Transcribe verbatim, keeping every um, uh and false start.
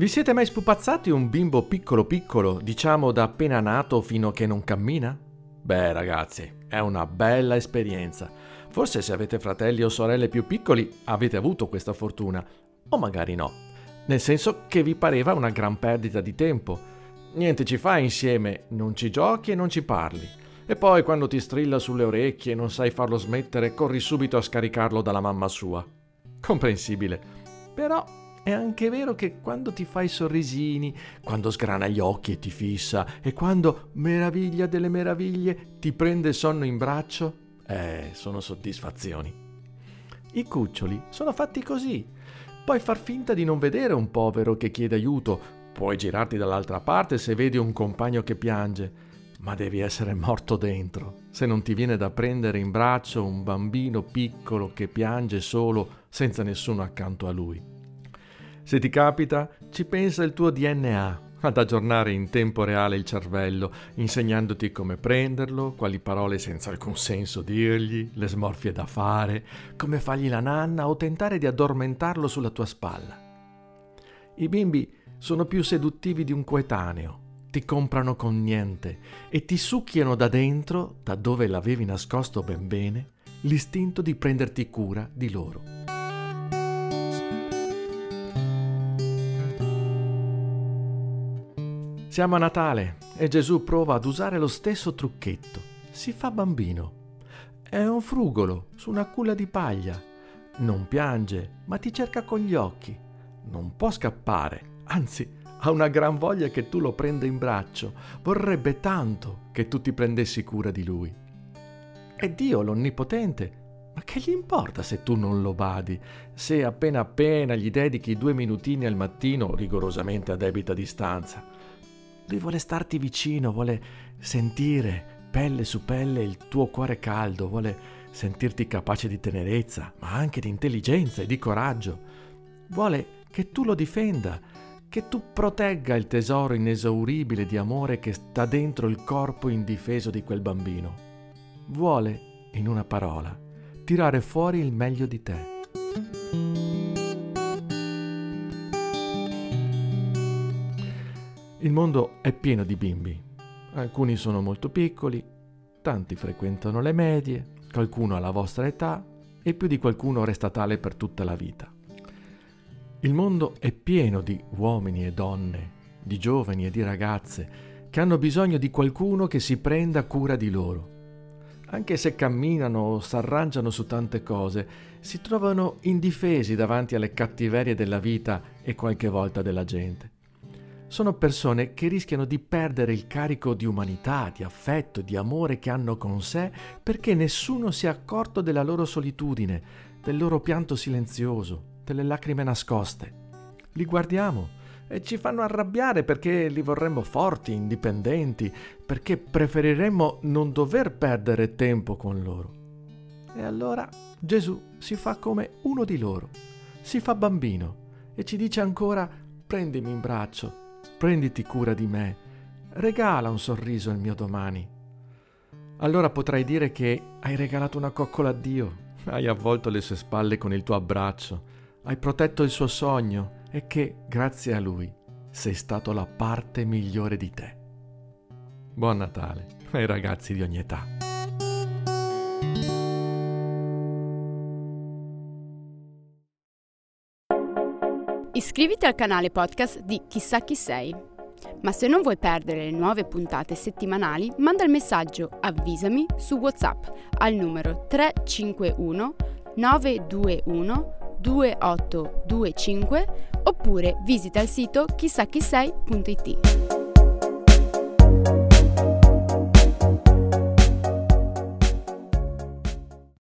Vi siete mai spupazzati un bimbo piccolo piccolo, diciamo da appena nato fino a che non cammina? Beh ragazzi, è una bella esperienza. Forse se avete fratelli o sorelle più piccoli avete avuto questa fortuna, o magari no. Nel senso che vi pareva una gran perdita di tempo. Niente ci fai insieme, non ci giochi e non ci parli. E poi quando ti strilla sulle orecchie e non sai farlo smettere, corri subito a scaricarlo dalla mamma sua. Comprensibile. Però è anche vero che quando ti fai sorrisini, quando sgrana gli occhi e ti fissa, e quando, meraviglia delle meraviglie, ti prende sonno in braccio, eh, sono soddisfazioni. I cuccioli sono fatti così. Puoi far finta di non vedere un povero che chiede aiuto, puoi girarti dall'altra parte se vedi un compagno che piange, ma devi essere morto dentro se non ti viene da prendere in braccio un bambino piccolo che piange solo senza nessuno accanto a lui. Se ti capita, ci pensa il tuo D N A ad aggiornare in tempo reale il cervello, insegnandoti come prenderlo, quali parole senza alcun senso dirgli, le smorfie da fare, come fargli la nanna o tentare di addormentarlo sulla tua spalla. I bimbi sono più seduttivi di un coetaneo, ti comprano con niente e ti succhiano da dentro, da dove l'avevi nascosto ben bene, l'istinto di prenderti cura di loro. Siamo a Natale e Gesù prova ad usare lo stesso trucchetto. Si fa bambino. È un frugolo su una culla di paglia. Non piange, ma ti cerca con gli occhi. Non può scappare, anzi, ha una gran voglia che tu lo prenda in braccio. Vorrebbe tanto che tu ti prendessi cura di lui. È Dio l'Onnipotente. Ma che gli importa se tu non lo badi? Se appena appena gli dedichi due minutini al mattino, rigorosamente a debita distanza. Lui vuole starti vicino, vuole sentire pelle su pelle il tuo cuore caldo, vuole sentirti capace di tenerezza, ma anche di intelligenza e di coraggio. Vuole che tu lo difenda, che tu protegga il tesoro inesauribile di amore che sta dentro il corpo indifeso di quel bambino. Vuole, in una parola, tirare fuori il meglio di te. Il mondo è pieno di bimbi. Alcuni sono molto piccoli, tanti frequentano le medie, qualcuno ha la vostra età e più di qualcuno resta tale per tutta la vita. Il mondo è pieno di uomini e donne, di giovani e di ragazze che hanno bisogno di qualcuno che si prenda cura di loro. Anche se camminano o s'arrangiano su tante cose, si trovano indifesi davanti alle cattiverie della vita e qualche volta della gente. Sono persone che rischiano di perdere il carico di umanità, di affetto, di amore che hanno con sé perché nessuno si è accorto della loro solitudine, del loro pianto silenzioso, delle lacrime nascoste. Li guardiamo e ci fanno arrabbiare perché li vorremmo forti, indipendenti, perché preferiremmo non dover perdere tempo con loro. E allora Gesù si fa come uno di loro, si fa bambino e ci dice ancora: prendimi in braccio, prenditi cura di me, regala un sorriso al mio domani. Allora potrai dire che hai regalato una coccola a Dio, hai avvolto le sue spalle con il tuo abbraccio, hai protetto il suo sogno e che, grazie a Lui, sei stato la parte migliore di te. Buon Natale ai ragazzi di ogni età. Iscriviti al canale podcast di Chissà chi sei. Ma se non vuoi perdere le nuove puntate settimanali, manda il messaggio Avvisami su WhatsApp al numero tre cinque uno nove due uno due otto due cinque oppure visita il sito chissà chi sei punto it.